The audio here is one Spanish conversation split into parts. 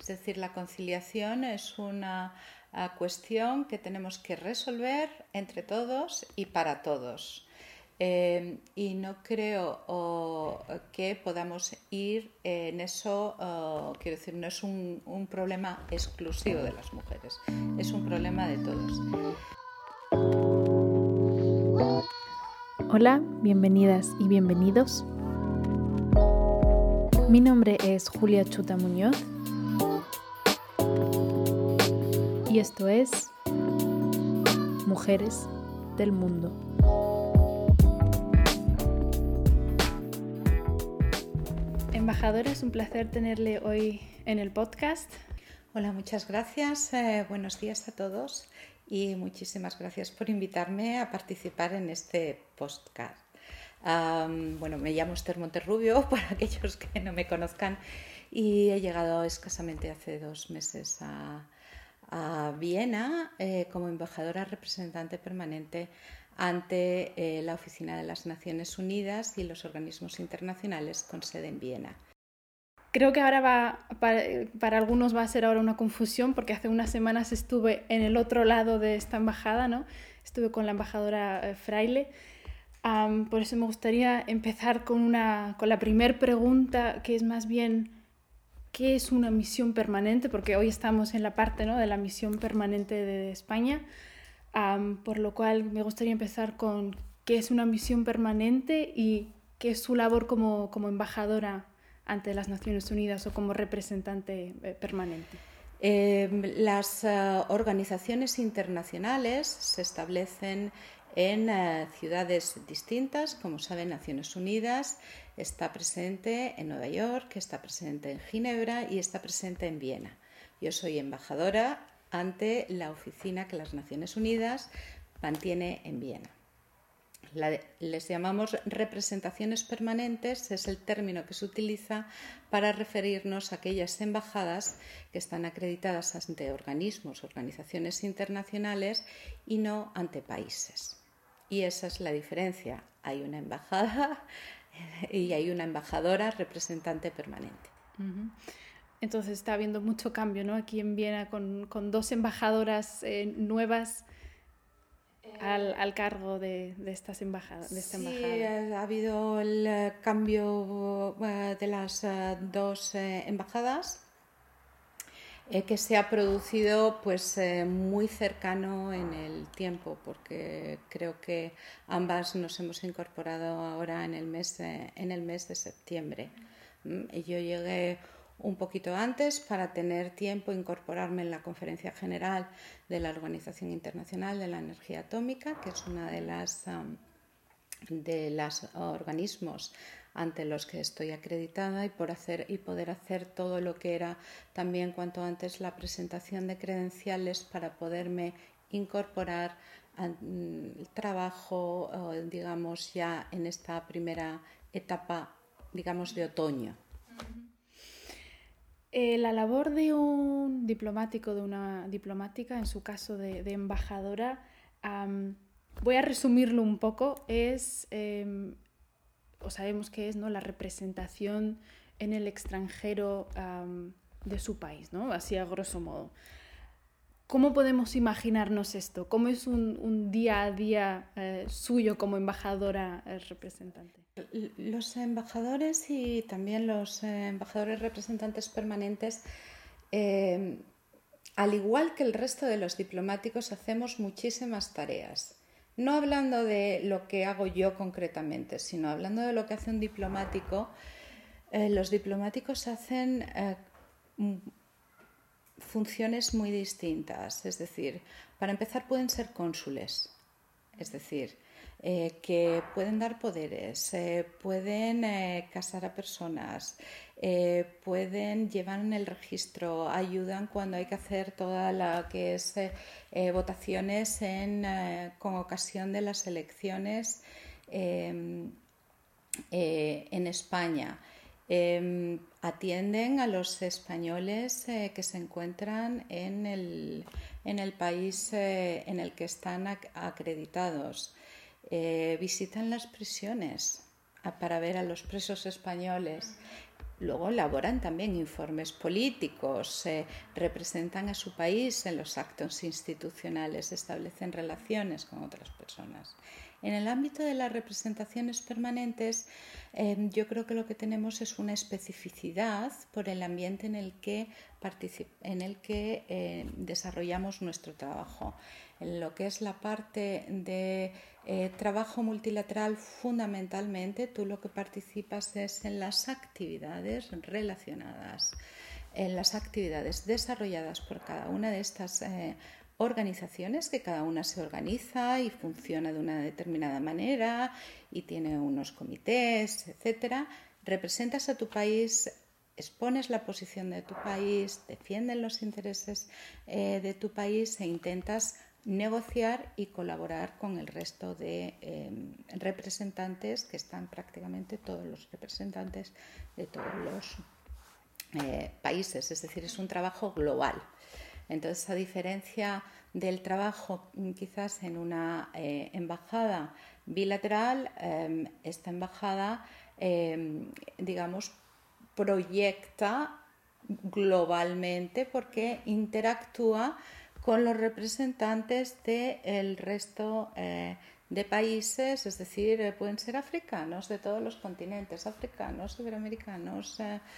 Es decir, la conciliación es una cuestión que tenemos que resolver entre todos y para todos. Y no creo que podamos ir en eso, quiero decir, no es un problema exclusivo de las mujeres, es un problema de todos. Hola, bienvenidas y bienvenidos. Mi nombre es Julia Chuta Muñoz y esto es Mujeres del Mundo. Embajadora, es un placer tenerle hoy en el podcast. Hola, muchas gracias. Buenos días a todos y muchísimas gracias por invitarme a participar en este podcast. Bueno, me llamo Esther Monterrubio, para aquellos que no me conozcan, y he llegado escasamente hace 2 meses a Viena como embajadora representante permanente ante la Oficina de las Naciones Unidas y los organismos internacionales con sede en Viena. Creo que ahora para algunos va a ser ahora una confusión, porque hace unas semanas estuve en el otro lado de esta embajada, ¿no? Estuve con la embajadora Fraile. Por eso me gustaría empezar con la primera pregunta, que es más bien, ¿qué es una misión permanente? Porque hoy estamos en la parte, ¿no?, de la misión permanente de España, por lo cual me gustaría empezar con qué es una misión permanente y qué es su labor como embajadora ante las Naciones Unidas o como representante permanente. Las organizaciones internacionales se establecen en ciudades distintas. Como saben, Naciones Unidas está presente en Nueva York, está presente en Ginebra y está presente en Viena. Yo soy embajadora ante la oficina que las Naciones Unidas mantiene en Viena. Les llamamos representaciones permanentes, es el término que se utiliza para referirnos a aquellas embajadas que están acreditadas ante organismos, organizaciones internacionales y no ante países. Y esa es la diferencia. Hay una embajada y hay una embajadora representante permanente. Uh-huh. Entonces está habiendo mucho cambio, ¿no?, aquí en Viena con 2 embajadoras nuevas al cargo de esta embajada. Sí, ha habido el cambio de las 2 embajadas que se ha producido pues muy cercano en el tiempo, porque creo que ambas nos hemos incorporado ahora en el mes de septiembre. Yo llegué un poquito antes para tener tiempo a incorporarme en la Conferencia General de la Organización Internacional de la Energía Atómica, que es una de las organismos ante los que estoy acreditada, y poder hacer todo lo que era también cuanto antes la presentación de credenciales para poderme incorporar al trabajo, digamos, ya en esta primera etapa, digamos, de otoño. La labor de un diplomático, de una diplomática, en su caso de embajadora, voy a resumirlo un poco, sabemos que es, ¿no?, la representación en el extranjero de su país, ¿no?, así a grosso modo. ¿Cómo podemos imaginarnos esto? ¿Cómo es un día a día suyo como embajadora representante? Los embajadores y también los embajadores representantes permanentes, al igual que el resto de los diplomáticos, hacemos muchísimas tareas. No hablando de lo que hago yo concretamente, sino hablando de lo que hace un diplomático. Los diplomáticos hacen funciones muy distintas. Es decir, para empezar, pueden ser cónsules, es decir, que pueden dar poderes, pueden casar a personas, pueden llevar en el registro, ayudan cuando hay que hacer toda la que es votaciones con ocasión de las elecciones en España. Atienden a los españoles que se encuentran en el país en el que están acreditados. Visitan las prisiones para ver a los presos españoles. luego elaboran también informes políticos, representan a su país en los actos institucionales, establecen relaciones con otras personas. En el ámbito de las representaciones permanentes, yo creo que lo que tenemos es una especificidad por el ambiente en el que desarrollamos nuestro trabajo. En lo que es la parte de trabajo multilateral, fundamentalmente tú lo que participas es en las actividades relacionadas, en las actividades desarrolladas por cada una de estas organizaciones, que cada una se organiza y funciona de una determinada manera y tiene unos comités, etcétera. Representas a tu país, expones la posición de tu país, defiendes los intereses de tu país e intentas negociar y colaborar con el resto de representantes, que están prácticamente todos los representantes de todos los países, es decir, es un trabajo global. Entonces, a diferencia del trabajo quizás en una embajada bilateral, esta embajada, digamos, proyecta globalmente porque interactúa con los representantes del resto de países, es decir, pueden ser africanos de todos los continentes, africanos, iberoamericanos,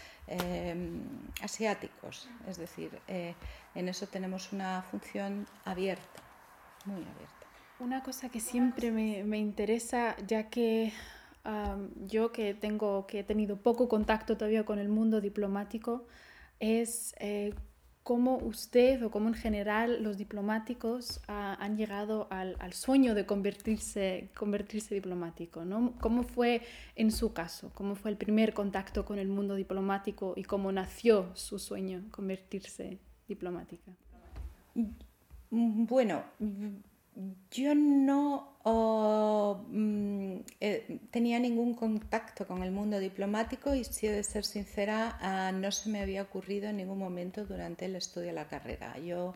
asiáticos, es decir, en eso tenemos una función abierta, muy abierta. Una cosa que siempre me interesa, ya que yo que he tenido poco contacto todavía con el mundo diplomático, es cómo usted o cómo en general los diplomáticos han llegado al sueño de convertirse diplomático, ¿no? ¿Cómo fue en su caso? ¿Cómo fue el primer contacto con el mundo diplomático y cómo nació su sueño convertirse diplomática? Bueno, yo no tenía ningún contacto con el mundo diplomático y, si he de ser sincera, no se me había ocurrido en ningún momento durante el estudio de la carrera. Yo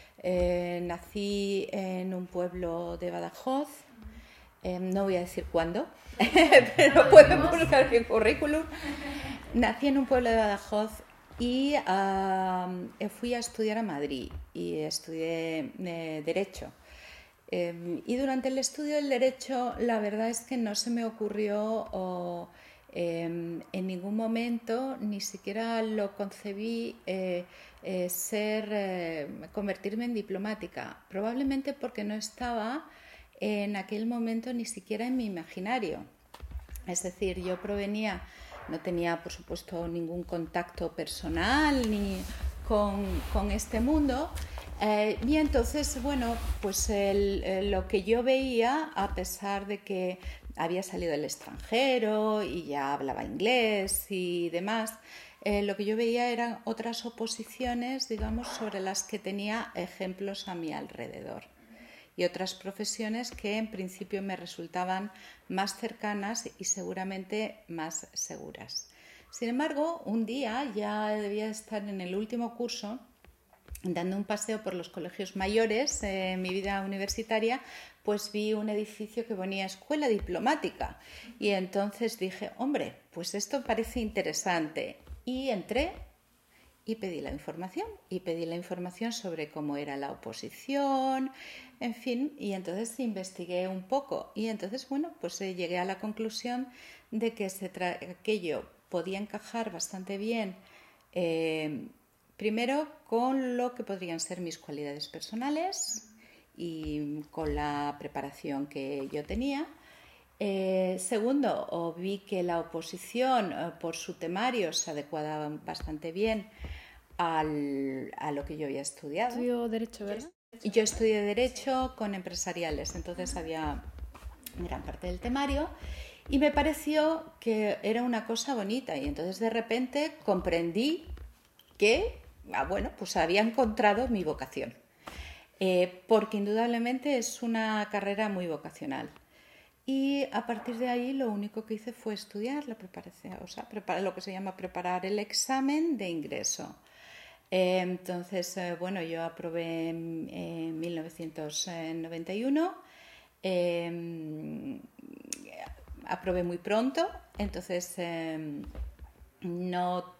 nací en un pueblo de Badajoz, no voy a decir cuándo, pero pueden buscar mi currículum. Nací en un pueblo de Badajoz y fui a estudiar a Madrid y estudié Derecho. Y durante el estudio del Derecho, la verdad es que no se me ocurrió en ningún momento, ni siquiera lo concebí, convertirme en diplomática, probablemente porque no estaba en aquel momento ni siquiera en mi imaginario. Es decir, yo no tenía por supuesto ningún contacto personal ni con este mundo, y entonces, bueno, pues lo que yo veía, a pesar de que había salido del extranjero y ya hablaba inglés y demás, lo que yo veía eran otras oposiciones, digamos, sobre las que tenía ejemplos a mi alrededor, y otras profesiones que en principio me resultaban más cercanas y seguramente más seguras. Sin embargo, un día, ya debía estar en el último curso, dando un paseo por los colegios mayores en mi vida universitaria, pues vi un edificio que ponía Escuela Diplomática y entonces dije, hombre, pues esto parece interesante, y entré y pedí la información sobre cómo era la oposición, en fin, y entonces investigué un poco y entonces, bueno, pues llegué a la conclusión de que aquello podía encajar bastante bien, primero con lo que podrían ser mis cualidades personales y con la preparación que yo tenía. Segundo, vi que la oposición, por su temario, se adecuaba bastante bien a lo que yo había estudiado. Estudió Derecho, ¿verdad? Yo estudié Derecho con empresariales, entonces había gran parte del temario y me pareció que era una cosa bonita, y entonces de repente comprendí que, bueno, pues había encontrado mi vocación, porque indudablemente es una carrera muy vocacional. Y a partir de ahí lo único que hice fue estudiar la preparación, preparar lo que se llama preparar el examen de ingreso. Entonces, bueno, yo aprobé en 1991, aprobé muy pronto, entonces no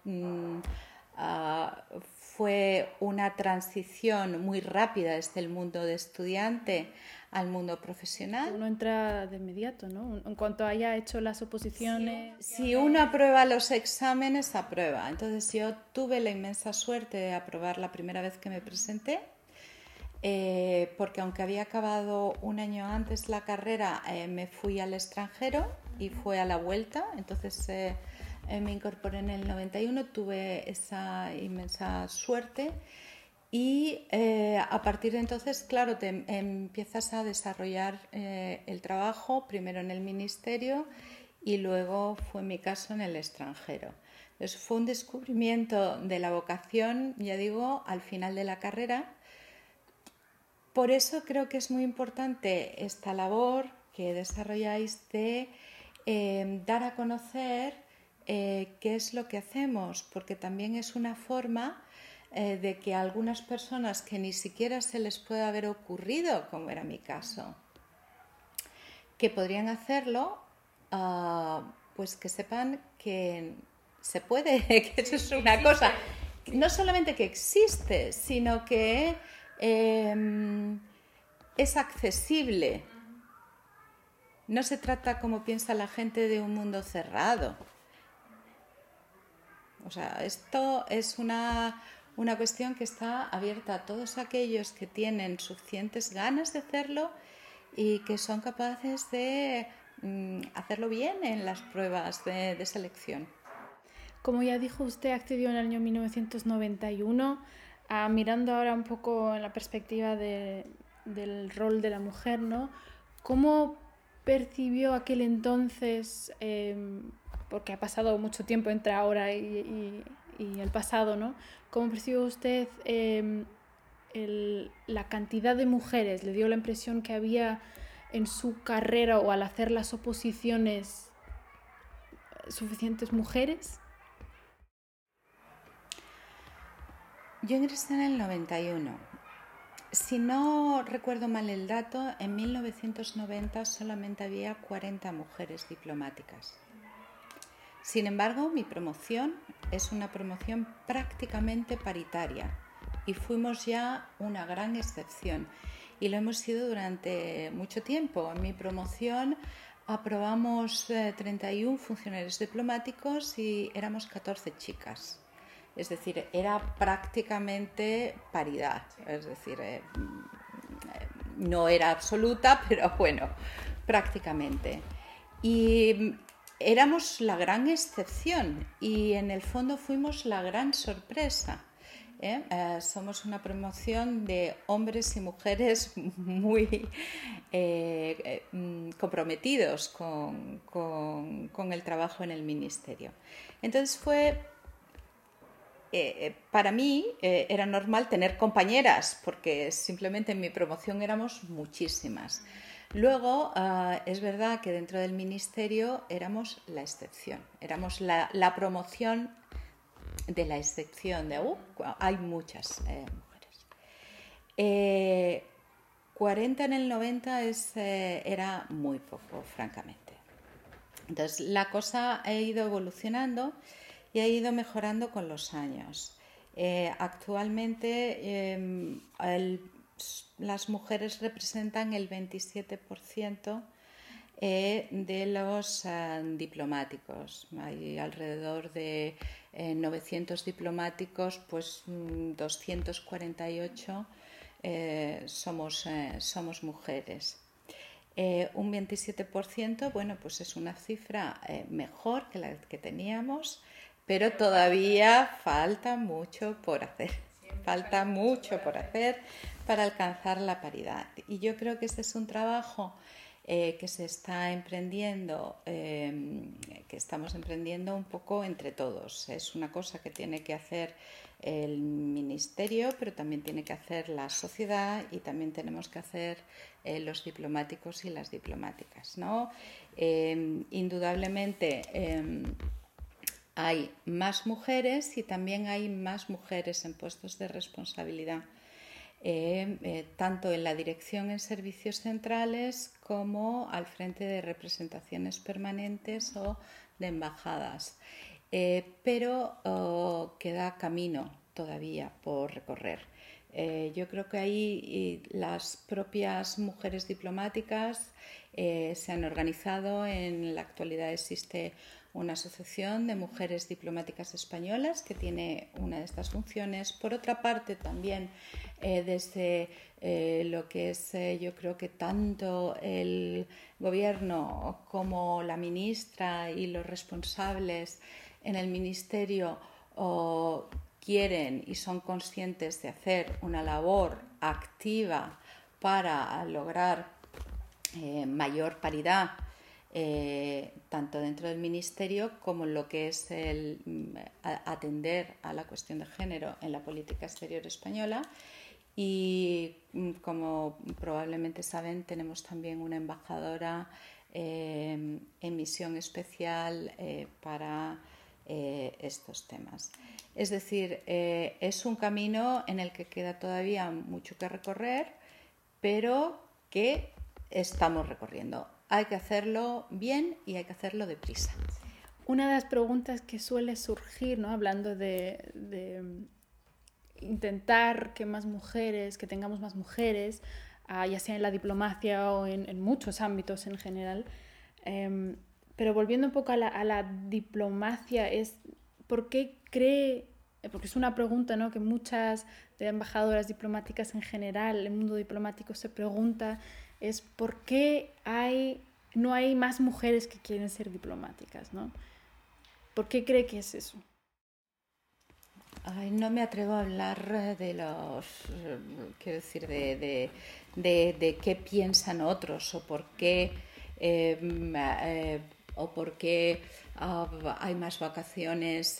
fue una transición muy rápida desde el mundo de estudiante al mundo profesional. Uno entra de inmediato, ¿no? En cuanto haya hecho las oposiciones. Si uno aprueba los exámenes, aprueba. Entonces yo tuve la inmensa suerte de aprobar la primera vez que me presenté, porque aunque había acabado un año antes la carrera, me fui al extranjero y fue a la vuelta. Entonces me incorporé en el 91, tuve esa inmensa suerte. Y a partir de entonces, claro, te empiezas a desarrollar el trabajo, primero en el ministerio y luego fue mi caso en el extranjero. Entonces fue un descubrimiento de la vocación, ya digo, al final de la carrera. Por eso creo que es muy importante esta labor que desarrolláis de dar a conocer qué es lo que hacemos, porque también es una forma de que a algunas personas que ni siquiera se les puede haber ocurrido, como era mi caso, que podrían hacerlo, pues que sepan que se puede, que eso es una cosa, no solamente que existe, sino que es accesible. No se trata, como piensa la gente, de un mundo cerrado. O sea, esto es una cuestión que está abierta a todos aquellos que tienen suficientes ganas de hacerlo y que son capaces de hacerlo bien en las pruebas de selección. Como ya dijo usted, accedió en el año 1991. Mirando ahora un poco en la perspectiva del rol de la mujer, ¿no? ¿Cómo percibió aquel entonces, porque ha pasado mucho tiempo entre ahora y el pasado, ¿no? ¿Cómo percibió usted la cantidad de mujeres? ¿Le dio la impresión que había en su carrera o al hacer las oposiciones suficientes mujeres? Yo ingresé en el 91. Si no recuerdo mal el dato, en 1990 solamente había 40 mujeres diplomáticas. Sin embargo, mi promoción es una promoción prácticamente paritaria y fuimos ya una gran excepción y lo hemos sido durante mucho tiempo. En mi promoción aprobamos 31 funcionarios diplomáticos y éramos 14 chicas. Es decir, era prácticamente paridad, es decir, no era absoluta, pero bueno, prácticamente. Y éramos la gran excepción y en el fondo fuimos la gran sorpresa. Somos una promoción de hombres y mujeres muy comprometidos con el trabajo en el ministerio. Entonces fue... para mí era normal tener compañeras porque simplemente en mi promoción éramos muchísimas. Luego es verdad que dentro del ministerio éramos la excepción, éramos la promoción de la excepción de hay muchas mujeres. 40 en el 90 era muy poco, francamente. Entonces la cosa ha ido evolucionando y ha ido mejorando con los años. Actualmente las mujeres representan el 27% de los diplomáticos. Hay alrededor de 900 diplomáticos, pues 248 somos mujeres. Un 27%, bueno, pues es una cifra mejor que la que teníamos, pero todavía falta mucho por hacer. Falta mucho por hacer para alcanzar la paridad. Y yo creo que este es un trabajo que se está emprendiendo, que estamos emprendiendo un poco entre todos. Es una cosa que tiene que hacer el ministerio, pero también tiene que hacer la sociedad y también tenemos que hacer los diplomáticos y las diplomáticas, ¿no? Indudablemente hay más mujeres y también hay más mujeres en puestos de responsabilidad, tanto en la dirección en servicios centrales como al frente de representaciones permanentes o de embajadas. pero queda camino todavía por recorrer. Yo creo que ahí las propias mujeres diplomáticas se han organizado. En la actualidad existe una asociación de mujeres diplomáticas españolas que tiene una de estas funciones. Por otra parte, también desde lo que es, yo creo que tanto el gobierno como la ministra y los responsables en el ministerio quieren y son conscientes de hacer una labor activa para lograr mayor paridad, tanto dentro del ministerio como en lo que es el atender a la cuestión de género en la política exterior española. Y como probablemente saben, tenemos también una embajadora en misión especial para estos temas. Es decir, es un camino en el que queda todavía mucho que recorrer, pero que estamos recorriendo. Hay que hacerlo bien y hay que hacerlo deprisa. Una de las preguntas que suele surgir, ¿no? Hablando de intentar que tengamos más mujeres, ya sea en la diplomacia o en muchos ámbitos en general, pero volviendo un poco a la diplomacia, ¿por qué cree? Porque es una pregunta, ¿no?, que muchas de embajadoras diplomáticas en general, el mundo diplomático se pregunta, es ¿por qué no hay más mujeres que quieren ser diplomáticas, ¿no? ¿Por qué cree que es eso? Ay, no me atrevo a hablar quiero decir, de qué piensan otros o por qué hay más vacaciones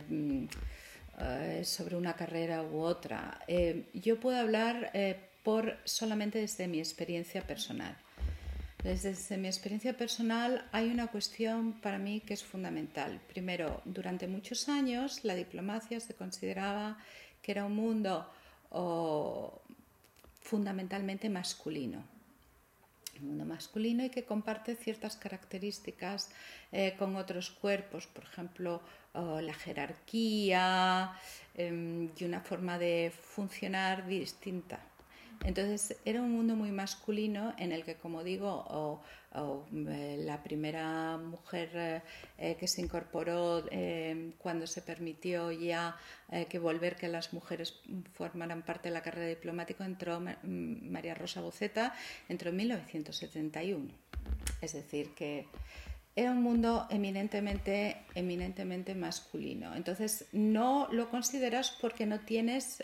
sobre una carrera u otra. Yo puedo hablar solamente desde mi experiencia personal. Desde mi experiencia personal hay una cuestión para mí que es fundamental. Primero, durante muchos años la diplomacia se consideraba que era un mundo fundamentalmente masculino. Un mundo masculino y que comparte ciertas características con otros cuerpos, por ejemplo, la jerarquía y una forma de funcionar distinta. Entonces era un mundo muy masculino en el que, como digo, la primera mujer que se incorporó cuando se permitió ya que las mujeres formaran parte de la carrera diplomática, entró María Rosa Boceta, entró en 1971. Es decir, que era un mundo eminentemente masculino. Entonces no lo consideras porque no tienes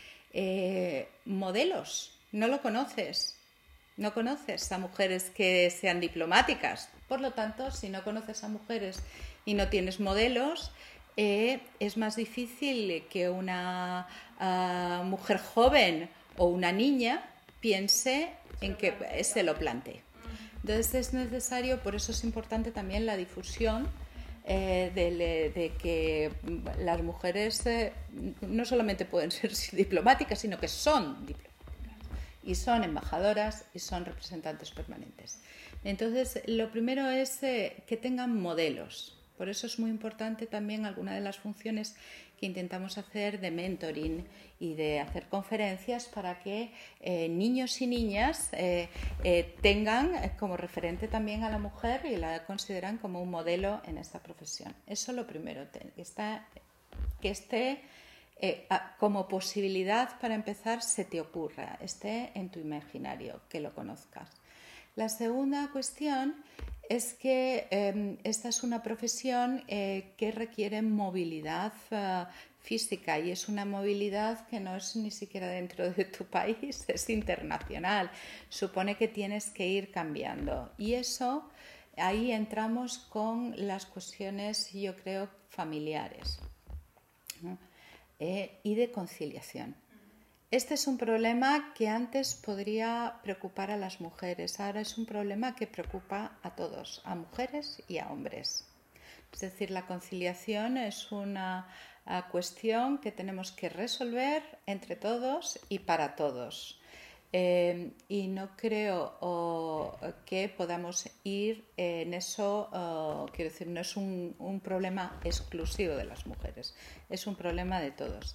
modelos, no lo conoces. No conoces a mujeres que sean diplomáticas. Por lo tanto, si no conoces a mujeres y no tienes modelos, es más difícil que una mujer joven o una niña piense en que se lo plantee. Entonces es necesario, por eso es importante también la difusión de que las mujeres no solamente pueden ser diplomáticas, sino que son diplomáticas y son embajadoras y son representantes permanentes. Entonces, lo primero es que tengan modelos. Por eso es muy importante también alguna de las funciones que intentamos hacer de mentoring y de hacer conferencias para que niños y niñas tengan como referente también a la mujer y la consideran como un modelo en esta profesión. Eso es lo primero, que esté como posibilidad para empezar se te ocurra, esté en tu imaginario, que lo conozcas. La segunda cuestión es que esta es una profesión que requiere movilidad física y es una movilidad que no es ni siquiera dentro de tu país, es internacional. Supone que tienes que ir cambiando y eso, ahí entramos con las cuestiones, yo creo, familiares, ¿no? Y de conciliación. Este es un problema que antes podría preocupar a las mujeres, ahora es un problema que preocupa a todos, a mujeres y a hombres. Es decir, la conciliación es una cuestión que tenemos que resolver entre todos y para todos. Y no creo que podamos ir en eso, quiero decir, no es un problema exclusivo de las mujeres, es un problema de todos.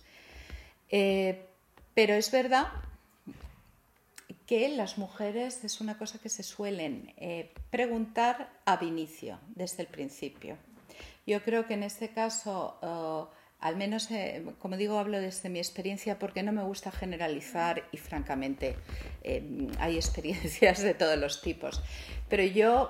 Pero es verdad que las mujeres es una cosa que se suelen preguntar ab inicio, desde el principio. Yo creo que en este caso, al menos, como digo, hablo desde mi experiencia porque no me gusta generalizar y francamente hay experiencias de todos los tipos. Pero yo,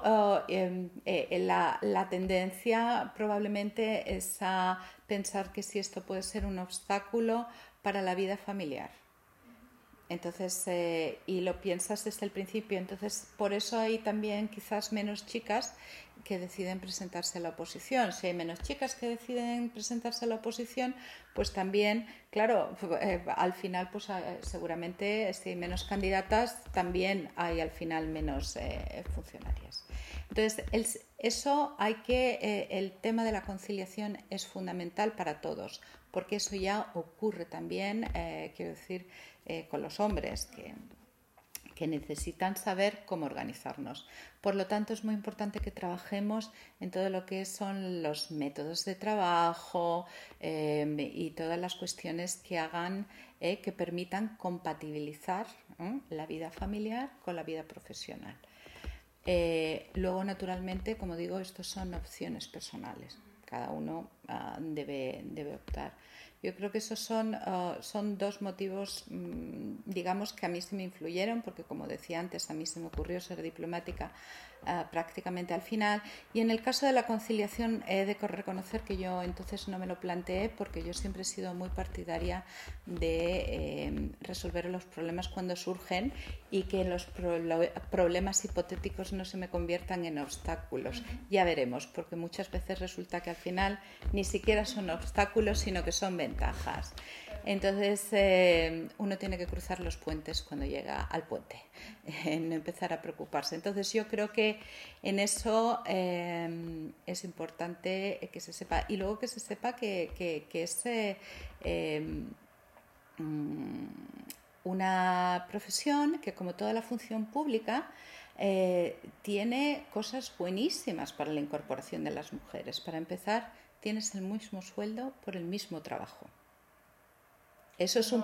la tendencia probablemente es a pensar que si esto puede ser un obstáculo para la vida familiar. Entonces, y lo piensas desde el principio, entonces por eso hay también quizás menos chicas que deciden presentarse a la oposición. Si hay menos chicas que deciden presentarse a la oposición, pues también, claro, al final, pues seguramente si hay menos candidatas, también hay al final menos funcionarias. Entonces, eso el tema de la conciliación es fundamental para todos, porque eso ya ocurre también, quiero decir, con los hombres que necesitan saber cómo organizarnos. Por lo tanto, es muy importante que trabajemos en todo lo que son los métodos de trabajo y todas las cuestiones que hagan, que permitan compatibilizar la vida familiar con la vida profesional. Luego, naturalmente, como digo, estos son opciones personales. Cada uno debe optar. Yo creo que esos son dos motivos, digamos, que a mí sí me influyeron, porque como decía antes, a mí se me ocurrió ser diplomática prácticamente al final. Y en el caso de la conciliación he de reconocer que yo entonces no me lo planteé, porque yo siempre he sido muy partidaria de resolver los problemas cuando surgen y que los problemas hipotéticos no se me conviertan en obstáculos. Ya veremos, porque muchas veces resulta que al final ni siquiera son obstáculos, sino que son ventajas. Entonces uno tiene que cruzar los puentes cuando llega al puente, no empezar a preocuparse. Entonces yo creo que en eso es importante que se sepa, y luego que se sepa que es una profesión que, como toda la función pública, tiene cosas buenísimas para la incorporación de las mujeres. Para empezar, tienes el mismo sueldo por el mismo trabajo. Eso es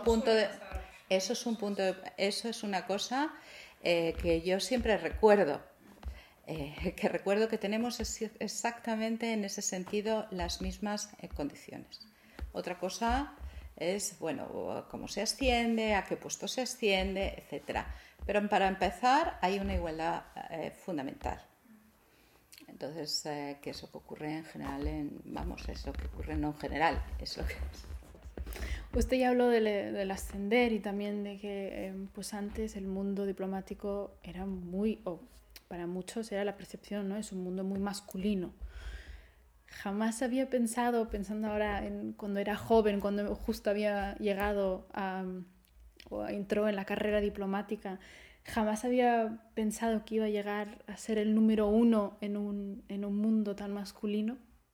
una cosa que yo siempre recuerdo, que tenemos exactamente en ese sentido las mismas condiciones. Otra cosa es, bueno, cómo se asciende, a qué puesto se asciende, etcétera. Pero para empezar hay una igualdad fundamental. Entonces, que eso que ocurre en general, eso que ocurre no en general, es lo que es. Usted ya habló del ascender y también de que pues antes el mundo diplomático era para muchos era la percepción, ¿no? Es un mundo muy masculino. Jamás había pensando ahora cuando era joven, cuando justo había llegado o entró en la carrera diplomática, jamás había pensado que iba a llegar a ser el número uno en un mundo tan masculino.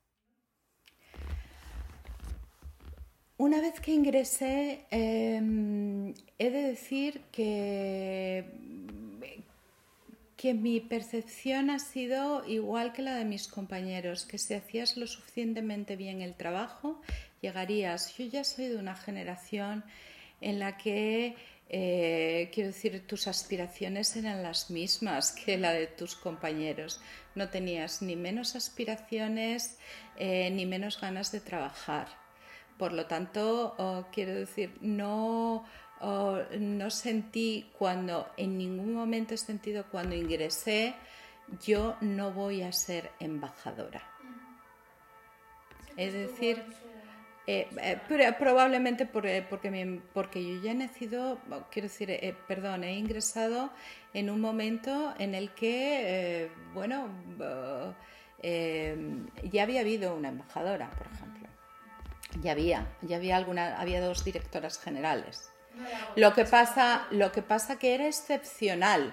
Una vez que ingresé, he de decir que mi percepción ha sido igual que la de mis compañeros, que si hacías lo suficientemente bien el trabajo, llegarías. Yo ya soy de una generación en la que, quiero decir, tus aspiraciones eran las mismas que la de tus compañeros. No tenías ni menos aspiraciones ni menos ganas de trabajar. Por lo tanto, quiero decir, no sentí en ningún momento he sentido cuando ingresé, yo no voy a ser embajadora. Es decir, probablemente porque yo ya he nacido, quiero decir, he ingresado en un momento en el que, ya había habido una embajadora, por ejemplo. Ya había dos directoras generales. Lo que pasa que era excepcional,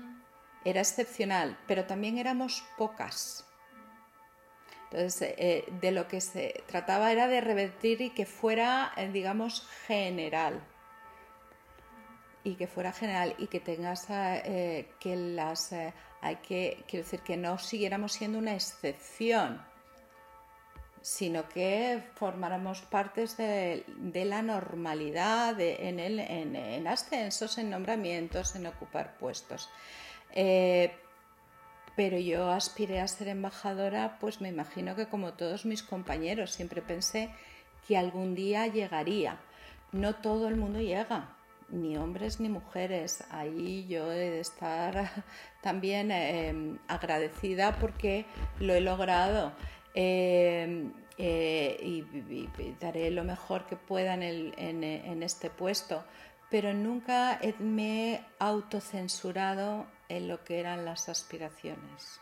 pero también éramos pocas. Entonces, de lo que se trataba era de revertir y que fuera, digamos, general. y que fuera general y que tengas que las quiero decir que no siguiéramos siendo una excepción, sino que formáramos partes de la normalidad en ascensos, en nombramientos, en ocupar puestos. Pero yo aspiré a ser embajadora, pues me imagino que como todos mis compañeros, siempre pensé que algún día llegaría. No todo el mundo llega, ni hombres ni mujeres. Ahí yo he de estar también agradecida porque lo he logrado. Y daré lo mejor que pueda en este puesto, pero nunca me he autocensurado en lo que eran las aspiraciones.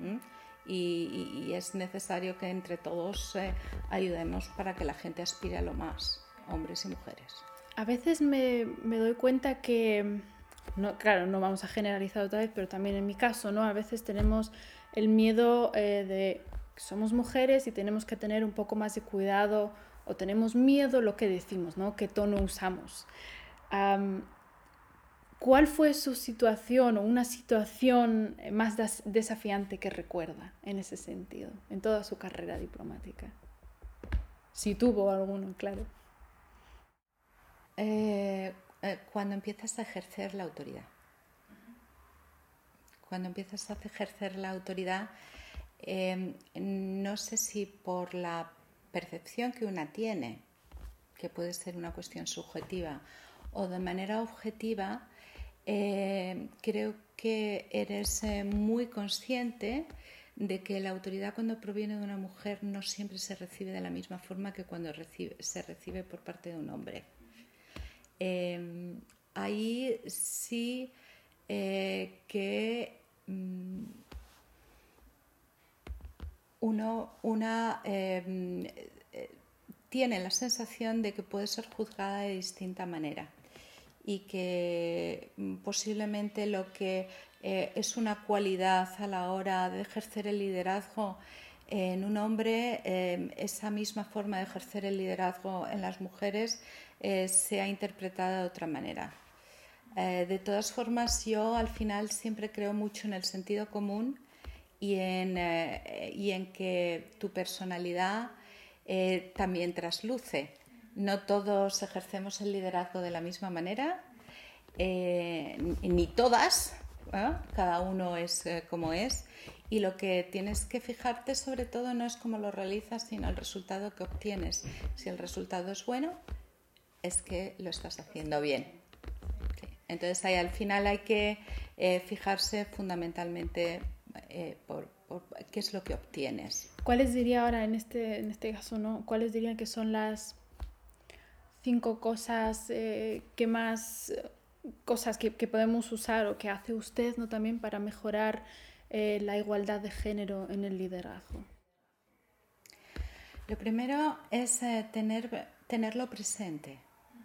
Y es necesario que entre todos ayudemos para que la gente aspire a lo más, hombres y mujeres. A veces me doy cuenta que, no, claro, no vamos a generalizar otra vez, pero también en mi caso, ¿no? A veces tenemos el miedo de que somos mujeres y tenemos que tener un poco más de cuidado, o tenemos miedo lo que decimos, ¿no? ¿Qué tono usamos? ¿Cuál fue su situación o una situación más desafiante que recuerda en ese sentido, en toda su carrera diplomática? Si tuvo alguno, claro. Cuando empiezas a ejercer la autoridad. Cuando empiezas a ejercer la autoridad, no sé si por la percepción que una tiene, que puede ser una cuestión subjetiva, o de manera objetiva, creo que eres muy consciente de que la autoridad cuando proviene de una mujer no siempre se recibe de la misma forma que cuando se recibe por parte de un hombre. Ahí sí que una tiene la sensación de que puede ser juzgada de distinta manera y que posiblemente lo que es una cualidad a la hora de ejercer el liderazgo en un hombre, esa misma forma de ejercer el liderazgo en las mujeres sea interpretada de otra manera. De todas formas, yo al final siempre creo mucho en el sentido común y en que tu personalidad también trasluce. No todos ejercemos el liderazgo de la misma manera, ni todas, cada uno es como es, y lo que tienes que fijarte sobre todo no es cómo lo realizas, sino el resultado que obtienes. Si el resultado es bueno, es que lo estás haciendo bien. ¿Sí? Entonces ahí al final hay que fijarse fundamentalmente por qué es lo que obtienes. ¿Cuáles diría ahora en este caso, ¿no? ¿Cuáles dirían que son las 5 cosas que más cosas que podemos usar o que hace usted, ¿no? También para mejorar la igualdad de género en el liderazgo? Lo primero es tenerlo presente.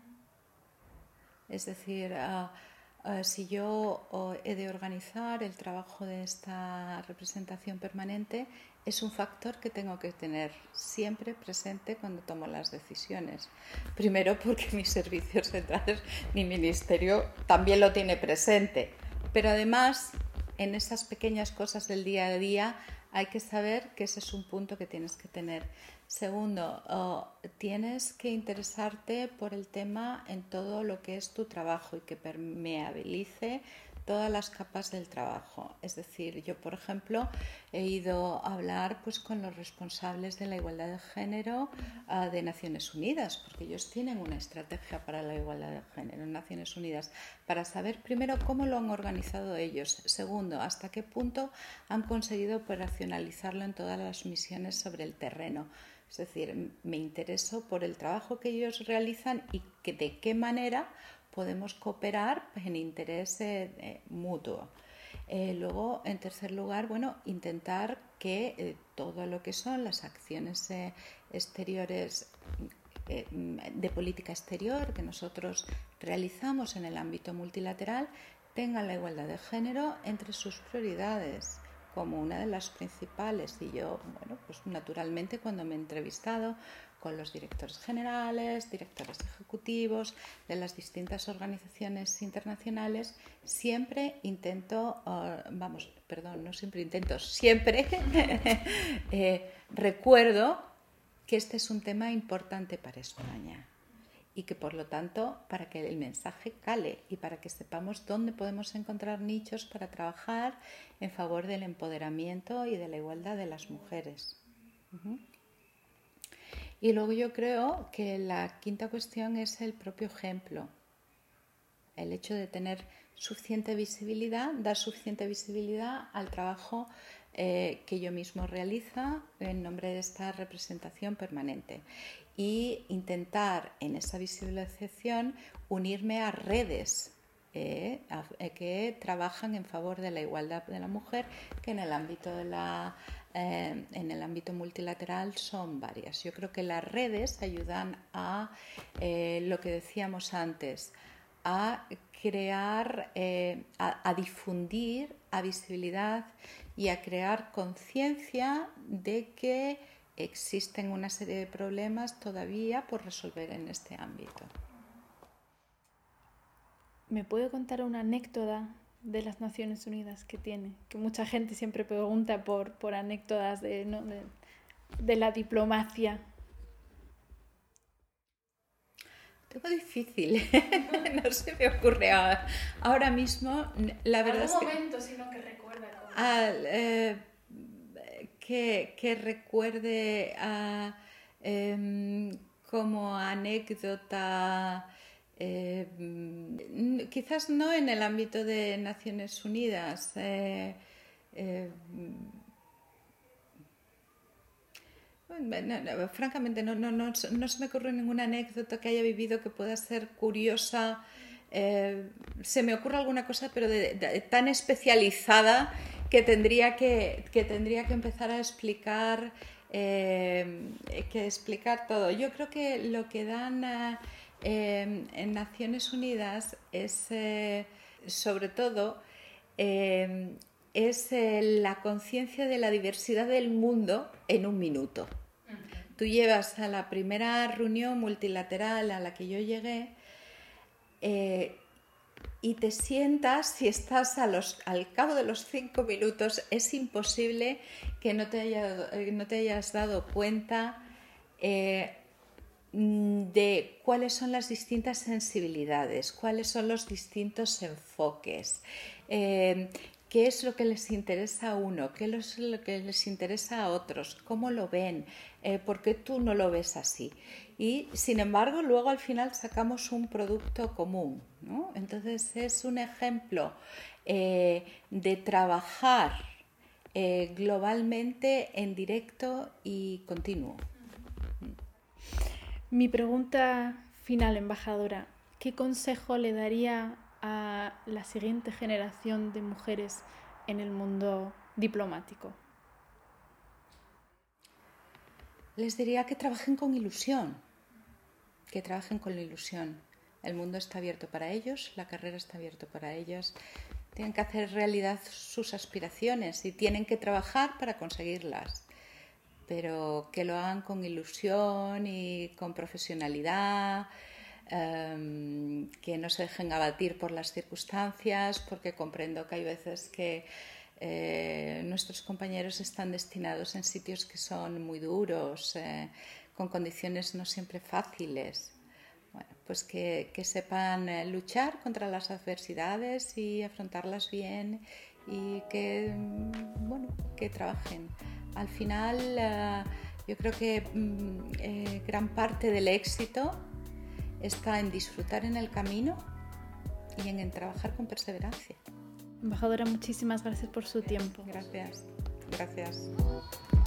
Es decir, si yo he de organizar el trabajo de esta representación permanente, es un factor que tengo que tener siempre presente cuando tomo las decisiones. Primero porque mis servicios centrales, mi ministerio también lo tiene presente, pero además en esas pequeñas cosas del día a día hay que saber que ese es un punto que tienes que tener. Segundo, tienes que interesarte por el tema en todo lo que es tu trabajo y que permeabilice todas las capas del trabajo. Es decir, yo, por ejemplo, he ido a hablar pues, con los responsables de la igualdad de género de Naciones Unidas, porque ellos tienen una estrategia para la igualdad de género en Naciones Unidas, para saber primero cómo lo han organizado ellos, segundo, hasta qué punto han conseguido operacionalizarlo en todas las misiones sobre el terreno. Es decir, me intereso por el trabajo que ellos realizan y de qué manera podemos cooperar en interés mutuo. Luego, en tercer lugar, intentar que todo lo que son las acciones exteriores de política exterior que nosotros realizamos en el ámbito multilateral tengan la igualdad de género entre sus prioridades como una de las principales. Y yo, pues naturalmente cuando me he entrevistado con los directores generales, directores ejecutivos de las distintas organizaciones internacionales, siempre recuerdo que este es un tema importante para España y que, por lo tanto, para que el mensaje cale y para que sepamos dónde podemos encontrar nichos para trabajar en favor del empoderamiento y de la igualdad de las mujeres. Y luego yo creo que la quinta cuestión es el propio ejemplo. El hecho de tener suficiente visibilidad, dar suficiente visibilidad al trabajo que yo mismo realizo en nombre de esta representación permanente. Y intentar en esa visibilización unirme a redes que trabajan en favor de la igualdad de la mujer, que en el ámbito multilateral son varias. Yo creo que las redes ayudan a lo que decíamos antes, a crear, a difundir, a visibilidad y a crear conciencia de que existen una serie de problemas todavía por resolver en este ámbito. ¿Me puede contar una anécdota de las Naciones Unidas que tiene? Que mucha gente siempre pregunta por anécdotas de la diplomacia. Tengo difícil, no se me ocurre ahora mismo. La verdad es que momento, sino que recuerda. Que recuerde como anécdota, quizás no en el ámbito de Naciones Unidas. Francamente no se me ocurre ninguna anécdota que haya vivido que pueda ser curiosa. Se me ocurre alguna cosa, pero tan especializada que tendría que empezar a explicar todo. Yo creo que lo que dan en Naciones Unidas es sobre todo es la conciencia de la diversidad del mundo en un minuto. Tú llevas a la primera reunión multilateral a la que yo llegué y te sientas, si estás al cabo de los 5 minutos, es imposible que no te hayas dado cuenta de cuáles son las distintas sensibilidades, cuáles son los distintos enfoques, qué es lo que les interesa a uno, qué es lo que les interesa a otros, cómo lo ven, por qué tú no lo ves así. Y, sin embargo, luego al final sacamos un producto común, ¿no? Entonces es un ejemplo de trabajar globalmente en directo y continuo. Mi pregunta final, embajadora, ¿qué consejo le daría a la siguiente generación de mujeres en el mundo diplomático? Les diría que trabajen con ilusión, El mundo está abierto para ellos, la carrera está abierta para ellos. Tienen que hacer realidad sus aspiraciones y tienen que trabajar para conseguirlas, pero que lo hagan con ilusión y con profesionalidad, que no se dejen abatir por las circunstancias, porque comprendo que hay veces que nuestros compañeros están destinados en sitios que son muy duros, con condiciones no siempre fáciles. Bueno, pues que sepan luchar contra las adversidades y afrontarlas bien y que trabajen. Al final, yo creo que gran parte del éxito está en disfrutar en el camino y en trabajar con perseverancia. Embajadora, muchísimas gracias por su tiempo. Gracias.